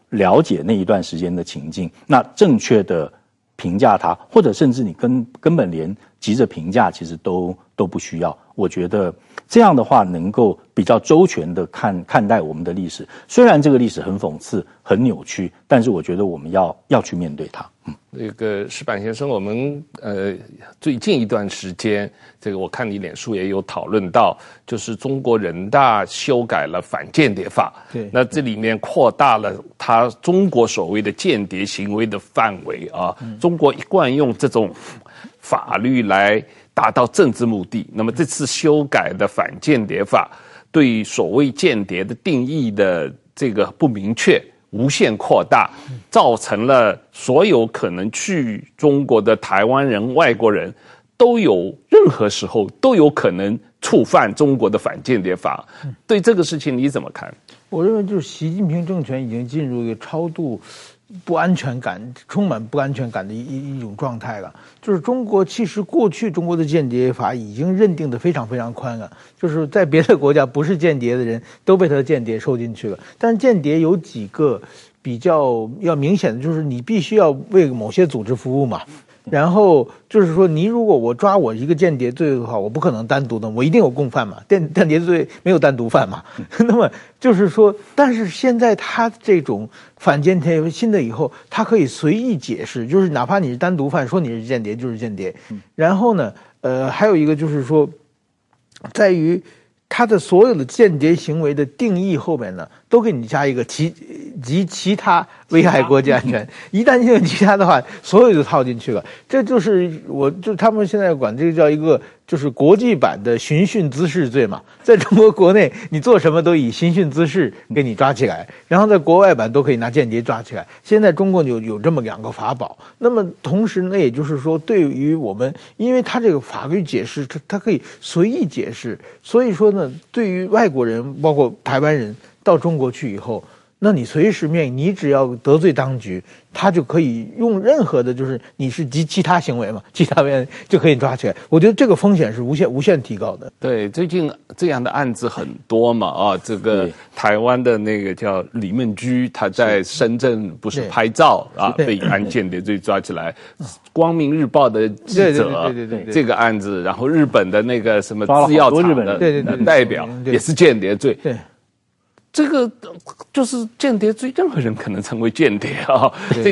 了解那一段时间的情境，那正确的评价它，或者甚至你根本连急着评价其实都不需要。我觉得这样的话能够比较周全的看待我们的历史。虽然这个历史很讽刺、很扭曲，但是我觉得我们要去面对它。 那个石板先生，我们最近一段时间，这个我看你脸书也有讨论到，就是中国人大修改了反间谍法， 对， 那这里面扩大了他中国所谓的间谍行为的范围啊，中国一贯用这种法律来达到政治目的，那么这次修改的反间谍法对所谓间谍的定义的这个不明确，无限扩大，造成了所有可能去中国的台湾人、外国人都有任何时候都有可能触犯中国的反间谍法。对这个事情你怎么看？ 我认为就是习近平政权已经进入一个超度不安全感、充满不安全感的一种状态了。就是中国其实过去中国的间谍法已经认定的非常非常宽了，就是在别的国家不是间谍的人都被他的间谍收进去了。但是间谍有几个比较要明显的，就是你必须要为某些组织服务嘛。然后就是说，你如果我抓我一个间谍罪的话，我不可能单独的，我一定有共犯嘛。间谍罪没有单独犯嘛。那么就是说，但是现在他这种反间谍新的以后，他可以随意解释，就是哪怕你是单独犯，说你是间谍就是间谍。然后呢，还有一个就是说，在于他的所有的间谍行为的定义后面呢，都给你加一个及其他危害国家安全。一旦进入其他的话，所有就套进去了。这就是他们现在管这个叫一个就是国际版的寻衅滋事罪嘛。在中国国内，你做什么都以寻衅滋事给你抓起来，然后在国外版都可以拿间谍抓起来。现在中国有这么两个法宝。那么同时呢，也就是说，对于我们，因为他这个法律解释，他可以随意解释，所以说呢，对于外国人，包括台湾人到中国去以后，那你随时你只要得罪当局，他就可以用任何的，就是你是其他行为嘛，其他行为就可以抓起来。我觉得这个风险是无限提高的。 对，最近这样的案子很多嘛，啊，这个台湾的那个叫李孟居，他在深圳不是拍照啊，被按间谍罪抓起来。光明日报的记者， 对这个案子，然后日本的那个什么制药厂的代表也是间谍罪。 对。 这个就是间谍罪，任何人可能成为间谍啊！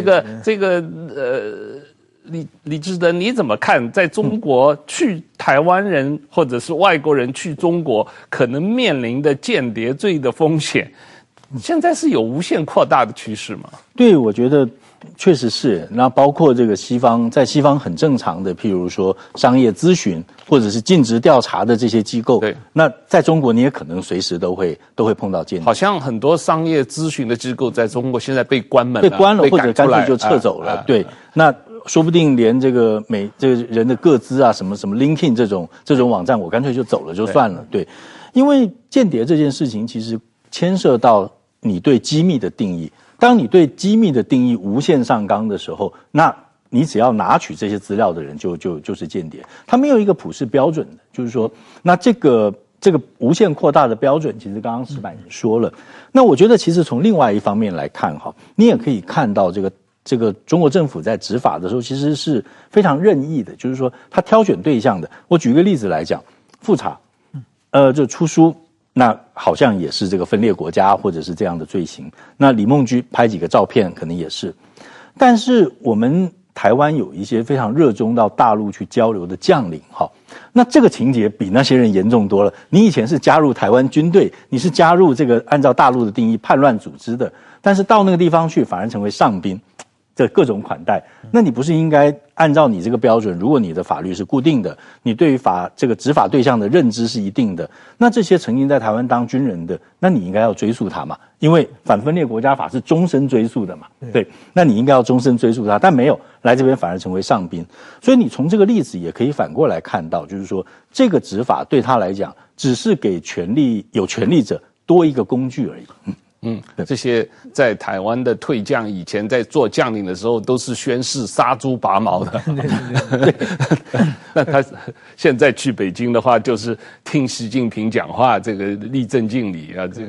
李志德，你怎么看？在中国去台湾人或者是外国人去中国，可能面临的间谍罪的风险，现在是有无限扩大的趋势吗？ 对，我觉得确实是。那包括这个在西方很正常的，譬如说商业咨询或者是尽职调查的这些机构， 对， 那在中国你也可能随时都会碰到间谍。 好像很多商业咨询的机构在中国现在被关门了， 被关了，或者干脆就撤走了。对，那说不定连这个人的个资啊，什么 LinkedIn 这种网站，我干脆就走了就算了。对，因为间谍这件事情其实牵涉到你对机密的定义。当你对机密的定义无限上纲的时候，那你只要拿取这些资料的人就是间谍。他没有一个普世标准的，就是说，那这个无限扩大的标准，其实刚刚石板也说了。那我觉得其实从另外一方面来看哈，你也可以看到这个中国政府在执法的时候，其实是非常任意的，就是说他挑选对象的。我举个例子来讲，复查，就出书。那好像也是这个分裂国家或者是这样的罪行。那李孟居拍几个照片可能也是，但是我们台湾有一些非常热衷到大陆去交流的将领哈，那这个情节比那些人严重多了。你以前是加入台湾军队，你是加入这个按照大陆的定义叛乱组织的，但是到那个地方去反而成为上宾，这各种款待，那你不是应该按照你这个标准，如果你的法律是固定的，你对于这个执法对象的认知是一定的，那这些曾经在台湾当军人的，那你应该要追诉他嘛，因为反分裂国家法是终身追诉的嘛，对，那你应该要终身追诉他，但没有，来这边反而成为上宾，所以你从这个例子也可以反过来看到，就是说这个执法对他来讲，只是给有权力者多一个工具而已。 这些在台湾的退将以前在做将领的时候都是宣誓杀猪拔毛的，那他现在去北京的话，就是听习近平讲话，这个立正敬礼啊，这个。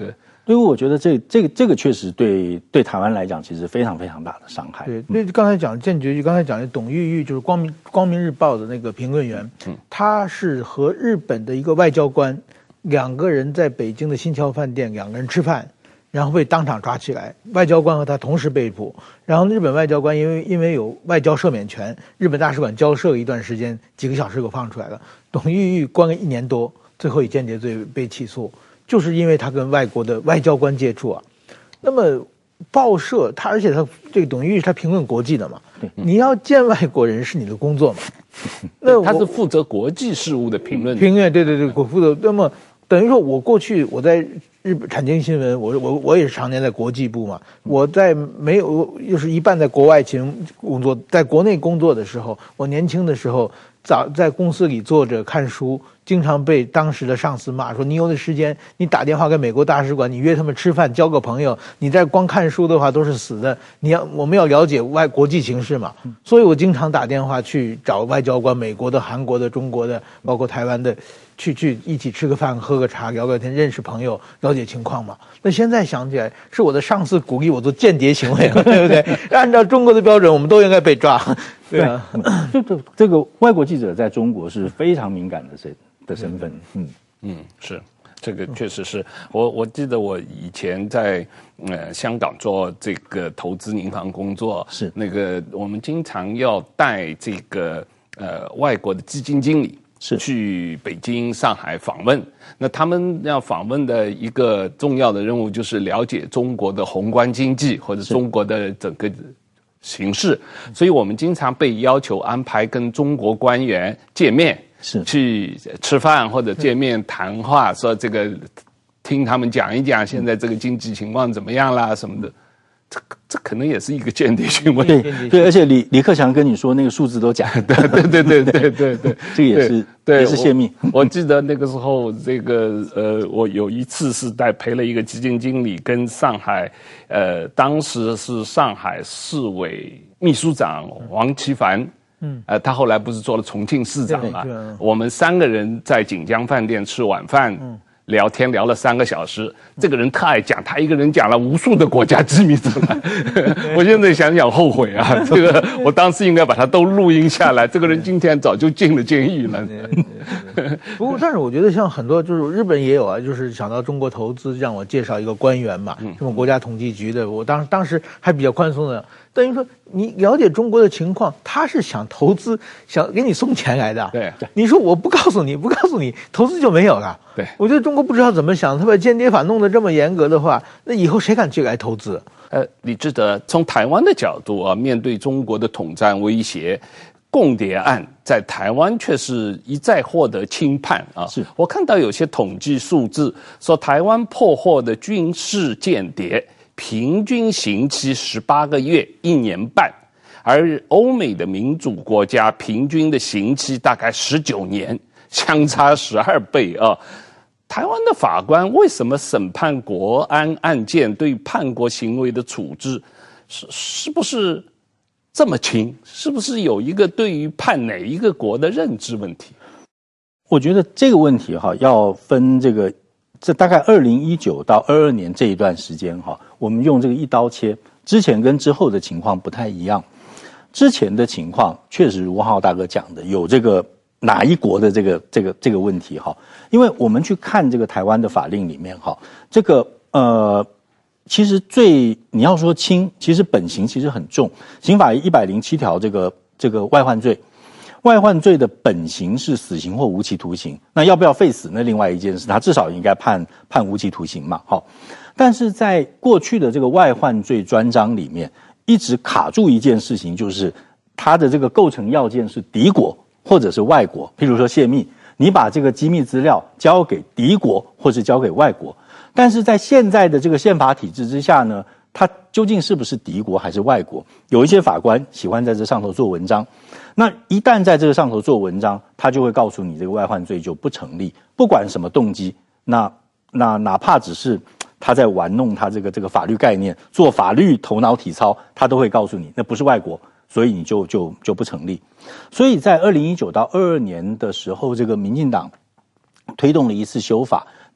因为我觉得这个确实对台湾来讲，其实非常非常大的伤害。 对，那刚才讲建决局，刚才讲的董玉玉就是光明日报的那个评论员，他是和日本的一个外交官2个人在北京的新桥饭店2个人吃饭，然后被当场抓起来，外交官和他同时被捕，然后日本外交官因为有外交赦免权，日本大使馆交涉一段时间，几个小时给放出来了，董玉玉关了1年多，最后以间谍罪被起诉。就是因为他跟外国的外交官接触啊，那么报社他，而且他这个董玉玉他评论国际的嘛，你要见外国人是你的工作嘛， 那他是负责国际事务的评论， 对，我负责。那么等于说我过去我在日本产经新闻，我也是常年在国际部嘛，我在没有就是一半在国外工作，在国内工作的时候，我年轻的时候在公司里坐着看书，经常被当时的上司骂说，你有的时间你打电话给美国大使馆，你约他们吃饭交个朋友，你在光看书的话都是死的，我们要了解国际形势嘛，所以我经常打电话去找外交官，美国的、韩国的、中国的，包括台湾的，去一起吃个饭喝个茶聊聊天，认识朋友，了解情况嘛。那现在想起来是我的上司鼓励我做间谍行为，对不对？按照中国的标准我们都应该被抓。对啊， 这个外国记者在中国是非常敏感的身份。 是。这个确实是我记得我以前在香港做这个投资银行工作， 是那个我们经常要带这个外国的基金经理是去北京、上海访问。那他们要访问的一个重要的任务就是了解中国的宏观经济或者中国的整个形势，所以我们经常被要求安排跟中国官员见面。 是去吃饭或者见面谈话，说这个听他们讲一讲现在这个经济情况怎么样啦什么的，这可能也是一个间谍行为。 对，而且李克强跟你说那个数字都假的， 对， 这个也是泄密。 我记得那个时候，这个我有一次是陪了一个基金经理跟上海，当时是上海市委秘书长王岐凡。他后来不是做了重庆市长嘛？我们3个人在锦江饭店吃晚饭，聊天聊了3个小时。这个人特爱讲，他一个人讲了无数的国家机密出来。我现在想想后悔啊，这个我当时应该把他都录音下来。这个人今天早就进了监狱了。 不过，但是我觉得像很多就是日本也有啊，就是想到中国投资，让我介绍一个官员嘛，什么国家统计局的，我当时还比较宽松的。等于说，你了解中国的情况，他是想投资，想给你送钱来的。 对， 你说我不告诉你，投资就没有了。 对， 我觉得中国不知道怎么想，他把间谍法弄得这么严格的话，那以后谁敢去来投资？ 李志德，从台湾的角度啊，面对中国的统战威胁，共谍案在台湾却是一再获得轻判啊。 是我看到有些统计数字说，台湾破获的军事间谍平均刑期18个月1年半，而欧美的民主国家平均的刑期大概19年，相差12倍啊。台湾的法官为什么审判国安案件对叛国行为的处置是不是这么轻？是不是有一个对于判哪一个国的认知问题？ 我觉得这个问题要分这大概2019到22年这一段时间我们用这个一刀切，之前跟之后的情况不太一样。之前的情况确实如汪浩大哥讲的，有这个哪一国的这个问题因为我们去看这个台湾的法令里面这个其实你要说轻，其实本刑其实很重。刑法107条这个外患罪。外患罪的本刑是死刑或无期徒刑，那要不要废死那另外一件事，他至少应该判无期徒刑嘛。但是在过去的这个外患罪专章里面，一直卡住一件事情，就是它的这个构成要件是敌国或者是外国。譬如说泄密，你把这个机密资料交给敌国或是交给外国，但是在现在的这个宪法体制之下呢，它究竟是不是敌国还是外国？有一些法官喜欢在这上头做文章，那一旦在这个上头做文章，他就会告诉你这个外患罪就不成立，不管什么动机，那哪怕只是他在玩弄他这个法律概念，做法律头脑体操，他都会告诉你那不是外国，所以你就不成立。所以在2019到22年的时候，这个民进党推动了一次修法，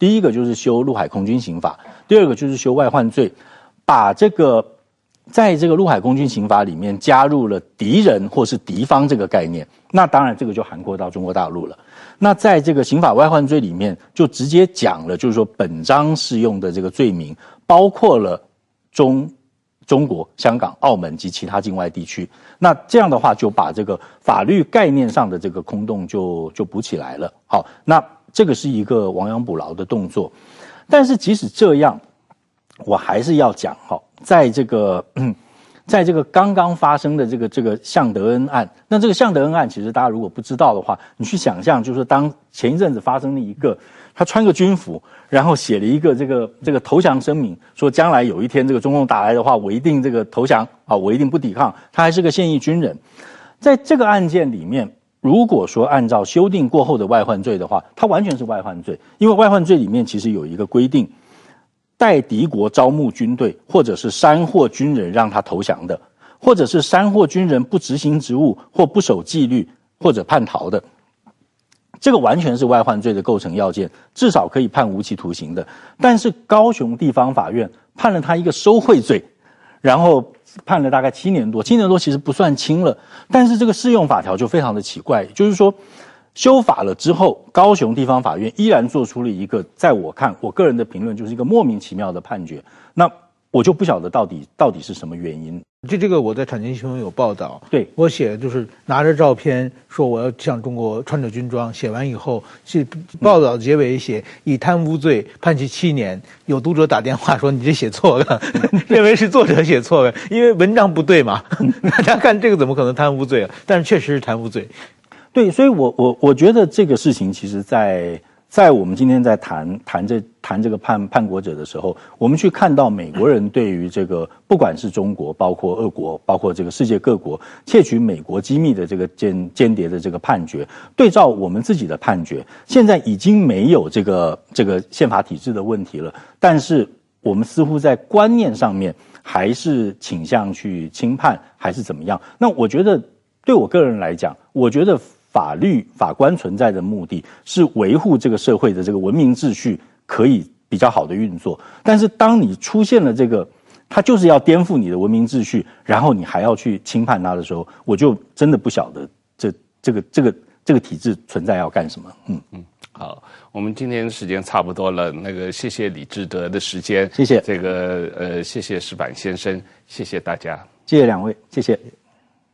第一个就是修陆海空军刑法，第二个就是修外患罪，把这个在这个陆海空军刑法里面加入了敌人或是敌方这个概念，那当然这个就涵括到中国大陆了。那在这个刑法外患罪里面就直接讲了，就是说本章适用的这个罪名包括了中国、香港、澳门及其他境外地区。那这样的话就把这个法律概念上的这个空洞就补起来了。好，那这个是一个亡羊补牢的动作。但是即使这样，我还是要讲在这个刚刚发生的这个向德恩案，那这个向德恩案其实大家如果不知道的话，你去想象，就是当前一阵子发生的一个，他穿个军服，然后写了一个这个投降声明，说将来有一天这个中共打来的话，我一定这个投降啊，我一定不抵抗。他还是个现役军人，在这个案件里面，如果说按照修订过后的外患罪的话，它完全是外患罪，因为外患罪里面其实有一个规定。代敌国招募军队，或者是煽惑军人让他投降的，或者是煽惑军人不执行职务或不守纪律或者叛逃的，这个完全是外患罪的构成要件，至少可以判无期徒刑的。但是高雄地方法院判了他一个收贿罪，然后判了大概7年多，7年多其实不算轻了，但是这个适用法条就非常的奇怪，就是说修法了之后，高雄地方法院依然做出了一个，在我看，我个人的评论就是一个莫名其妙的判决。那我就不晓得到底是什么原因。 这个我在产经新闻有报道， 对我写的就是拿着照片说我要向中国穿着军装，写完以后是报道结尾写以贪污罪判其7年。有读者打电话说你这写错了，认为是作者写错了，因为文章不对嘛。大家看这个怎么可能贪污罪啊？但是确实是贪污罪。 对，所以我觉得这个事情其实在我们今天在谈这个叛国者的时候，我们去看到美国人对于这个不管是中国，包括俄国，包括这个世界各国窃取美国机密的这个间谍的这个判决，对照我们自己的判决，现在已经没有这个宪法体制的问题了，但是我们似乎在观念上面还是倾向去轻判，还是怎么样？那我觉得对我个人来讲，我觉得法官存在的目的是维护这个社会的这个文明秩序可以比较好的运作，但是当你出现了这个他就是要颠覆你的文明秩序，然后你还要去轻判他的时候，我就真的不晓得这个体制存在要干什么。 好，我们今天时间差不多了，谢谢李志德的时间， 谢谢谢谢石板先生，谢谢大家， 谢谢两位，谢谢。